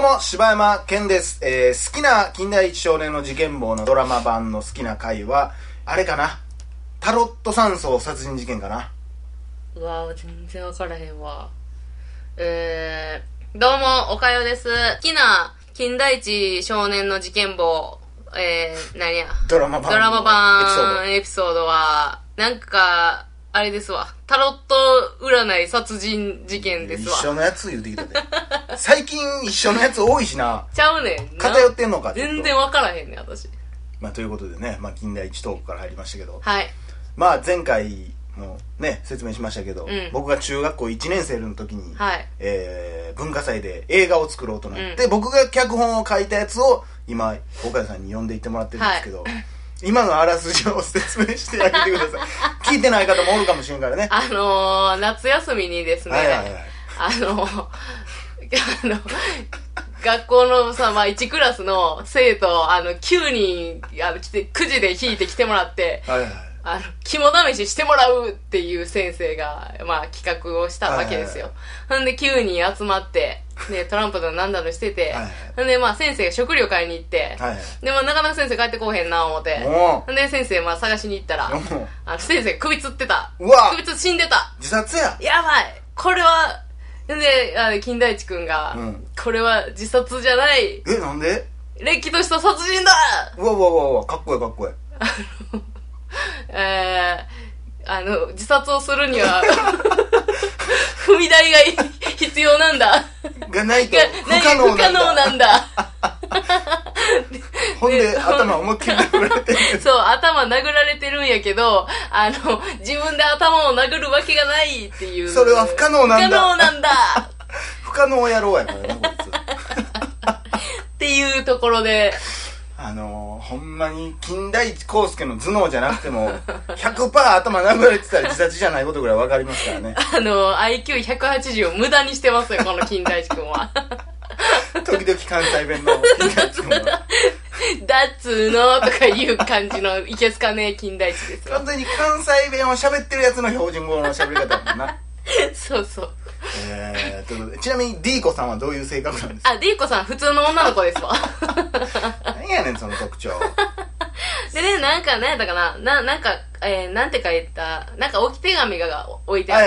も柴山健です、好きな金田一少年の事件簿のドラマ版の好きな回はあれかな、タロット山荘殺人事件かな。 うわ全然分からへんわ。どうもおかよです。好きな金田一少年の事件簿何やドラマ版エピソードはなんかあれですわ、タロット占い殺人事件ですわ。 一緒のやつ言うてきたで最近一緒のやつ多いしな。 ちゃうねん、 偏ってんのか全然分からへんねん私。 ということでね、金田一トークから入りましたけど、 はい、 前回もね説明しましたけど、僕が中学校1年生の時に、 はい、 文化祭で映画を作ろうとなって、僕が脚本を書いたやつを今岡谷さんに読んでいってもらってるんですけど、今のあらすじを説明してあげてください聞いてない方もおるかもしれんからね。 夏休みにですね、学校のさ、1クラスの生徒9人来て9時で引いて来てもらって、肝試ししてもらうっていう先生が、企画をしたわけですよ。ほんで9人集まって、でトランプのなんだのしてて、ほんで先生が食料買いに行って、でなかなか先生帰ってこうへんな思って、ほんで先生探しに行ったら、先生首つってた。首つ死んでた。 自殺や。 やばい、これは。で金田一くんが、これは自殺じゃない。 なんで？ れっきとした殺人だ。 うわかっこいいかっこいい。 自殺をするには踏み台が必要なんだがないと不可能なんだほんで頭思いっきり殴られてるそう、頭殴られてるんやけど自分で頭を殴るわけがないっていう。 それは不可能なんだ。 不可能なんだ不可能野郎やからねこいつっていうところで、 ほんまに金田一耕助の頭脳じゃなくても 100% 頭殴られてたら自殺じゃないことぐらい分かりますからね。 IQ180 を無駄にしてますよこの金田一くんは時々関西弁の金田一くんはだっつーのとかいう感じのいけすかねえ金田一ですよ。 完全に関西弁を喋ってるやつの標準語の喋り方だもんなそうそう。 ちなみに D 子さんはどういう性格なんですか？ D 子さん普通の女の子ですわ何やねんその特徴でね、なんか何やったかな、なんかなんて書いた、なんか置き手紙が置いてあって、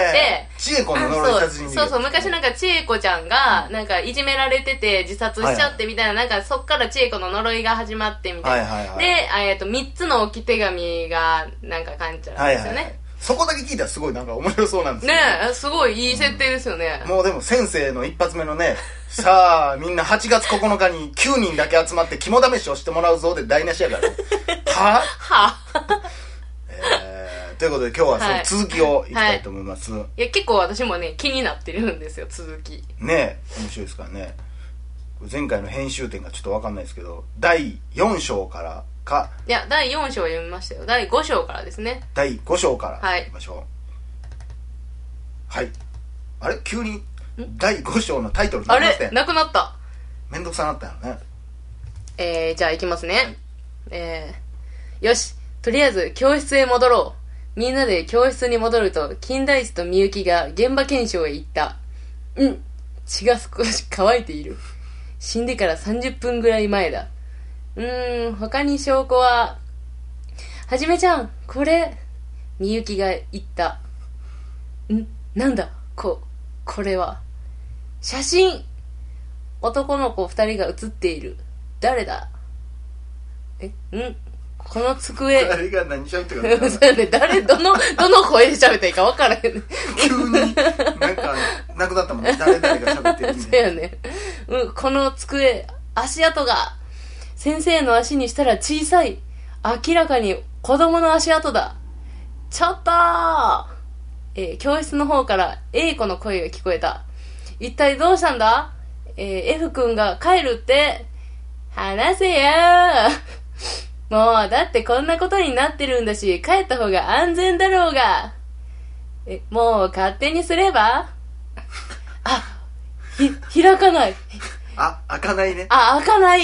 千恵子の呪い殺人事件。 そう昔なんか千恵子ちゃんがなんかいじめられてて自殺しちゃってみたいな、なんかそっから千恵子の呪いが始まってみたいな、で3つの置き手紙がなんか感じなんですよね。 そこだけ聞いたらすごいなんか面白そうなんですよね。すごいいい設定ですよね。 もうでも先生の一発目のね、さあみんな8月9日に9人だけ集まって肝試しをしてもらうぞで台無しやからねということで今日はその続きをいきたいと思います。いや結構私もね気になってるんですよ続きね。面白いですからね。前回の編集点がちょっと分かんないですけど、第4章からか、 いや第4章読みましたよ。第5章からですね。 第5章からいきましょう。はい、あれ急に第5章のタイトルなくなったやん。なくなった。 めんどくさなったよね。じゃあいきますね。よし、とりあえず教室へ戻ろう。みんなで教室に戻ると金田一とみゆきが現場検証へ行った。血が少し乾いている。死んでから30分ぐらい前だ。他に証拠は。はじめちゃん、これ。みゆきが言った。なんだ、これは。写真。男の子2人が写っている。誰だ。この机。 誰が何喋ってるかそうね、どの声で喋ったらいいか分からへん。 急に、なんか、なくなったもんね。誰が喋ってるみたいな。 そうやね。この机、足跡が、先生の足にしたら小さい。明らかに子供の足跡だ。ちょっと教室の方から A 子の声が聞こえた。一体どうしたんだ？ F 君が帰るって。話せよもう、だってこんなことになってるんだし、帰った方が安全だろうが。もう勝手にすれば？開かない。 開かないね。 開かない。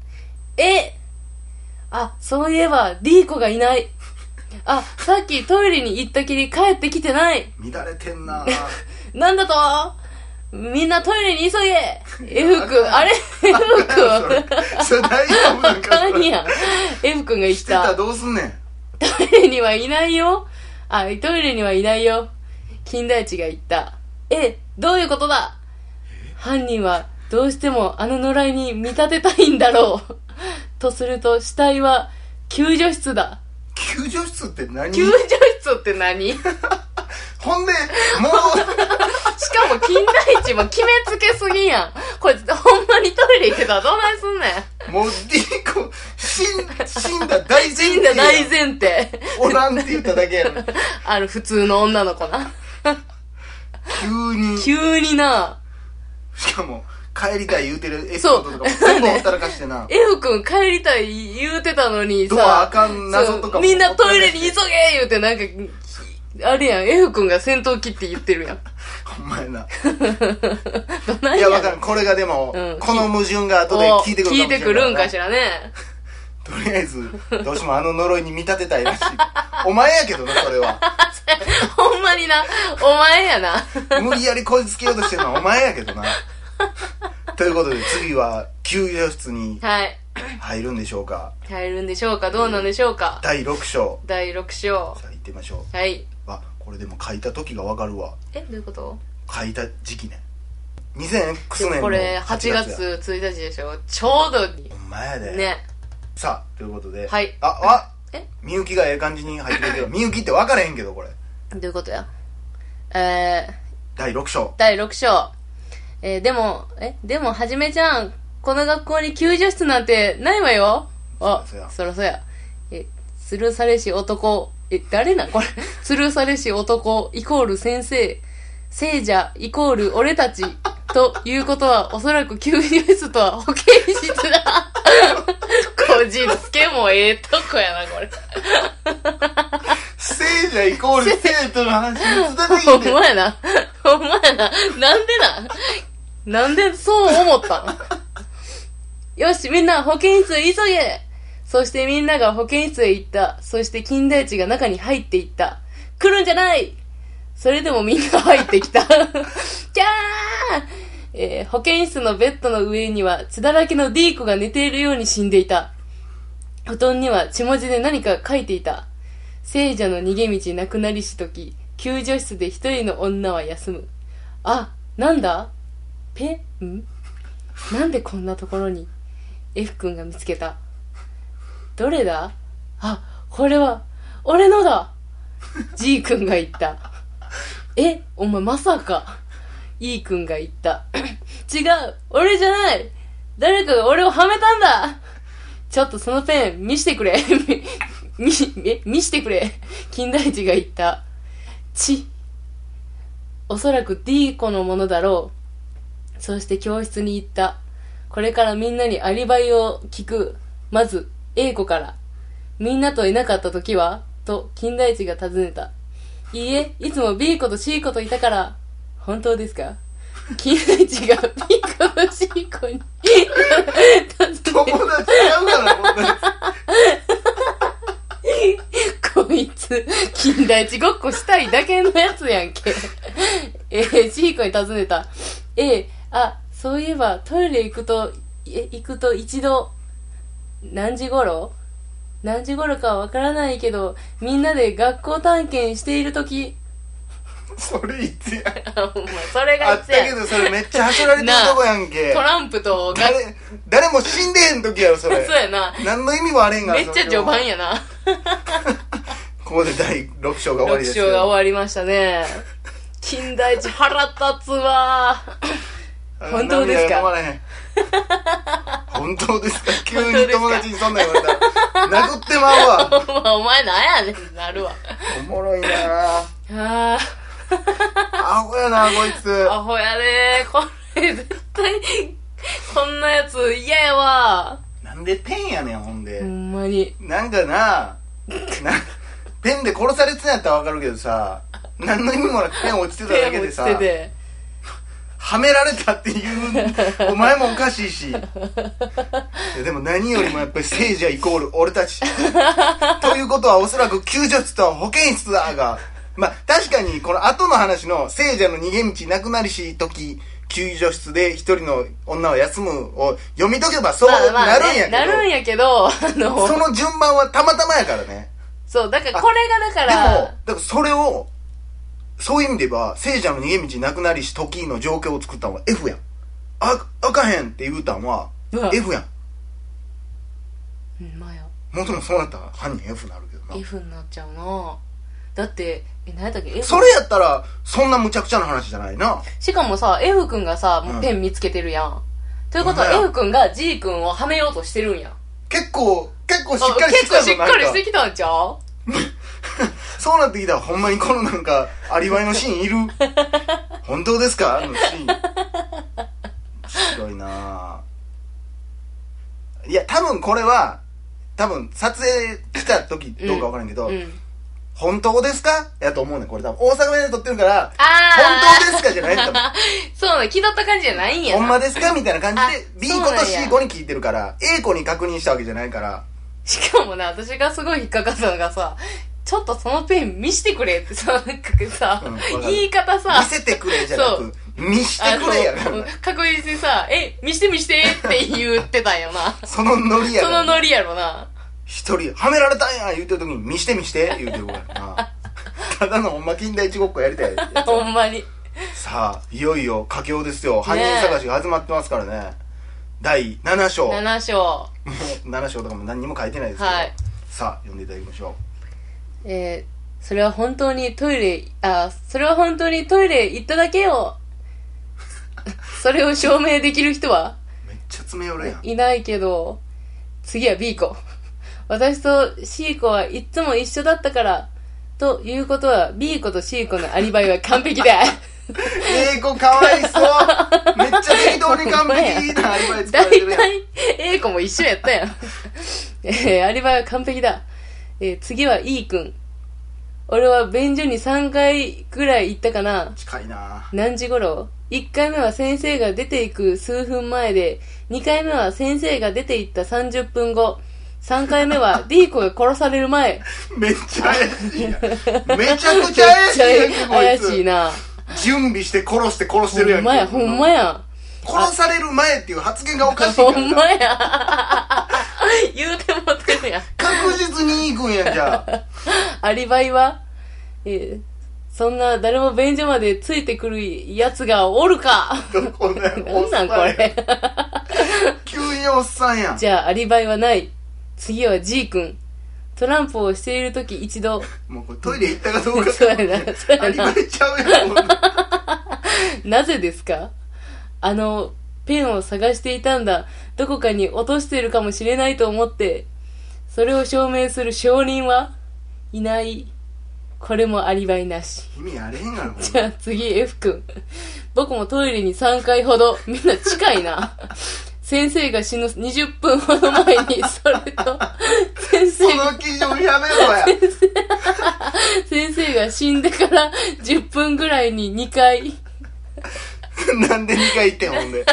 そういえば D 子がいない。さっきトイレに行ったきり帰ってきてない。 乱れてんななんだと？ みんなトイレに急げ !F 君、あれ ?F 君。 それ大丈夫なんか。 あかんやん。F 君が言っしてたらた。 どうすんねん。 トイレにはいないよ。トイレにはいないよ。金田一が言った。どういうことだ？犯人はどうしてもあの野良に見立てたいんだろう。とすると死体は救助室だ。 救助室って何？ 救助室って何？ ほんで、もう、 しかも金田一も決めつけすぎやん。これほんまにトイレ行ってたらどないすんねん。 もうディコ、死んだ大前提。 死んだ大前提。 おらんって言っただけやろ。 普通の女の子な。急にな。 しかも、帰りたい言うてるエピそうソードとかも全部ほったらかしてな。 F 君帰りたい言うてたのにさ。 ドアあかん謎とかも。 みんなトイレに急げ言うてなんか、あれやん、F 君が戦闘機って言ってるやん。 ほんまやな。 どないや、わからん。これがでも、この矛盾が後で聞いてくるかもしれない。 聞いてくるんかしらね。 とりあえず、どうしてもあの呪いに見立てたいらしい。お前やけどな、それは。 ほんまにな、お前やな。 無理やりこじつけようとしてるのはお前やけどな。ということで、次は、救助室に入るんでしょうか。 入るんでしょうか、どうなんでしょうか。 第6章。 第6章。 さあ、行ってみましょう。 はい。 これでも書いた時がわかるわ。 どういうこと？ 書いた時期ね。2000X 年のこれ8月1日でしょ。ちょうどに。 ほんまやで。 ね。 さあ、ということで。 はい。 みゆきがええ感じに入ってるけど、みゆきって分からへんけど、これ。 どういうことや？ 第6章。 第6章。でも、はじめちゃん、この学校に救助室なんてないわよ。そらそや。吊るされし男、誰なんこれ。吊るされし男、イコール先生、聖者、イコール俺たち、ということは、おそらく救助室とは保健室だ。こじつけもええとこやな、これ。 聖者イコール生徒の話に伝えてきて。 ほんまやな。なんでそう思ったん？よし、みんな保健室へ急げ！そしてみんなが保健室へ行った。そして金田一が中に入っていった。来るんじゃない！それでもみんな入ってきた。キャー！保健室のベッドの上には血だらけのディーコが寝ているように死んでいた。布団には血文字で何か書いていた。聖者の逃げ道なくなりしとき、救助室で一人の女は休む。なんだ？なんでこんなところに？ F 君が見つけた。どれだ？これは、俺のだ！ G 君が言った。お前まさか。E 君が言った。違う！俺じゃない！誰かが俺をはめたんだ！ちょっとそのペン見してくれ。見してくれ。金田一が言った。おそらく D 子のものだろう。そして教室に行った。これからみんなにアリバイを聞く。まず A 子から。みんなといなかった時はと金田一が尋ねた。いいえ、いつも B 子と C 子といたから。本当ですか？金田一が B 子と C 子に友達ちゃうからこんなやつ。こいつ金田一ごっこしたいだけのやつやんけ。C 子に尋ねた。そういえばトイレ行くと一度何時頃かわからないけど、みんなで学校探検しているとき。 それいつや。 お前、それがいつや。 あったけど、それめっちゃ走られてるとこやんけ。 トランプと誰も死んでへん時やろ、それ。 そうやな。 何の意味もあれんが。 めっちゃ序盤やな。 ここで第6章が終わりです。 6章が終わりましたね。金田一腹立つわ。本当ですか？ 本当ですか？急に友達にそんなん言われたら殴ってまうわ。 お前なんやねんなるわ。 おもろいなぁ。アホやなこいつ。 アホやで。これ絶対こんなやつ嫌やわ。 なんでペンやねんほんで。 ほんまに。 なんかペンで殺されてたんやったらわかるけどさ、何の意味もなくペン落ちてただけでさ、はめられたっていうお前もおかしいし。でも何よりもやっぱり聖者イコール俺たちということはおそらく救助室と保健室だが、まあ確かにこの後の話の聖者の逃げ道なくなりし時救助室で一人の女は休むを読み解けばそうなるんやけど、 なるんやけど、 その順番はたまたまやからね。 そう、だからこれがだから。 でも、だからそれを、そういう意味で言えば、聖者の逃げ道なくなりし時の状況を作ったのは F やん。あかへんって言うたんは F やん。 まあや。 もともそうなったら犯人 F になるけどな。 F になっちゃうな。だって何やったっけ F。 それやったらそんな無茶苦茶な話じゃないな。 しかもさ F 君がさ、ペン見つけてるやん。ということは F 君が G 君をはめようとしてるんや。 結構しっかりしてきたぞ。 結構しっかりしてきたんちゃうそうなってきたらほんまにこのなんかアリバイのシーンいる本当ですかのシーン。面白いな。いや多分これは撮影した時どうか分からんけど、本当ですかやと思うねん。これ多分大阪弁で撮ってるから本当ですかじゃないと思う。 そうね、気取った感じじゃないんやな。 ほんまですかみたいな感じで B 子と C 子に聞いてるから A 子に確認したわけじゃないから。 しかもね、私がすごい引っかかったのがさ、ちょっとそのペン見してくれってさ、なんかさ、言い方さ、 見せてくれじゃなく見してくれやから。 確実にさ、見してって言ってたんよな。 そのノリやろ。 そのノリやろな。 一人はめられたんや言うてる時に見して言うてるからな。ただのほんま近代一ごっこやりたい。 ほんまに。 さあいよいよ佳境ですよ。犯人探しが始まってますからね。第7章。 7章。 もう7章とかも何にも書いてないですけど、 はい、 さあ読んでいただきましょう。 それは本当にトイレ行っただけよ。それを証明できる人はめっちゃ詰め寄るやん。 いないけど、次は B 子。私と C 子はいつも一緒だったから。ということは B 子と C 子のアリバイは完璧だ。 A 子かわいそう。めっちゃ適当に完璧なアリバイ作られてるやん。 だいたい A 子も一緒やったやん。アリバイは完璧だ。次は E 君。俺は便所に3回くらい行ったかな。 近いな。 何時頃？ 1 回目は先生が出ていく数分前で、2回目は先生が出て行った30分後、3回目は D 子が殺される前。 めっちゃ怪しいな。めちゃくちゃ怪しいやん。 怪しいな。 準備して殺してるやん。 ほんまや。 殺される前っていう発言がおかしいから。 ほんまや。言うてもってるやん。 確実に行くんやん、じゃあ。 アリバイは、そんな誰も便所までついてくるやつがおるか。なんなんこれ。 急におっさんやん。 じゃあアリバイはない。次は G 君。トランプをしているとき一度。 もうこれトイレ行ったかどうか。 そうやな。 アリバイちゃうやん。 なぜですか？ペンを探していたんだ。どこかに落としているかもしれないと思って。それを証明する証人はいない。これもアリバイなし。 意味あれへんがな。 じゃあ次 F 君。僕もトイレに3回ほど。みんな近いな。先生が死ぬ20分ほど前に、それと、先生が。 その基準やめろや。 先生が死んでから10分ぐらいに2回。 なんで2回言ってんほんで。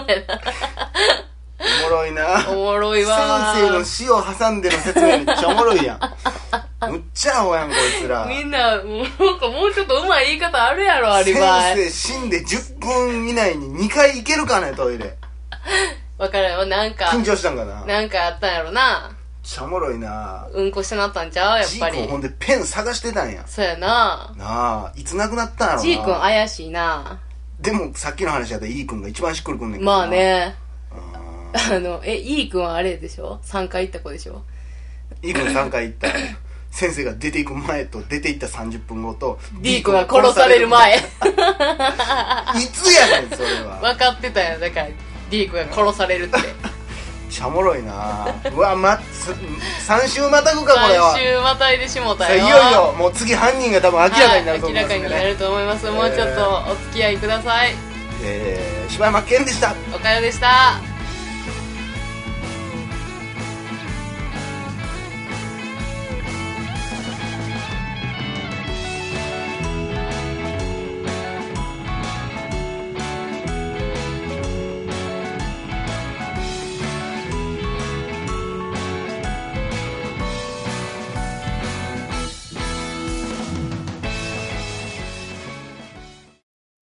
おもろいな。 おもろいわ。 先生の死を挟んでの説明めっちゃおもろいやん。むっちゃアホやんこいつら。 みんな、なんかもうちょっと上手い言い方あるやろ、アリバイ。 先生死んで10分以内に2回行けるかね、トイレ。 わからんよ、なんか。 緊張したんかな。 なんかあったんやろな。 めっちゃおもろいな。 うんこしてなったんちゃうやっぱり。 G 君ほんでペン探してたんや。 そうやな。 なあ、いつ亡くなったんやろな。 G 君怪しいな。 でもさっきの話やったら E 君が一番しっくりくんねんけどな。 まあね。E 君はあれでしょ ?3 回行った子でしょ E 君3回行った。先生が出ていく前と出て行った30分後と D 君が殺される前。いつやねんそれは。 分かってたよ。だから D 君が殺されるって。 めっちゃおもろいな。うわ、3週またぐかこれは。 3週またいでしもたよ。 いよいよもう次犯人が多分明らかになると思います、ね、 明らかになると思います。もうちょっとお付き合いください。 柴山健でした。 おかよでした。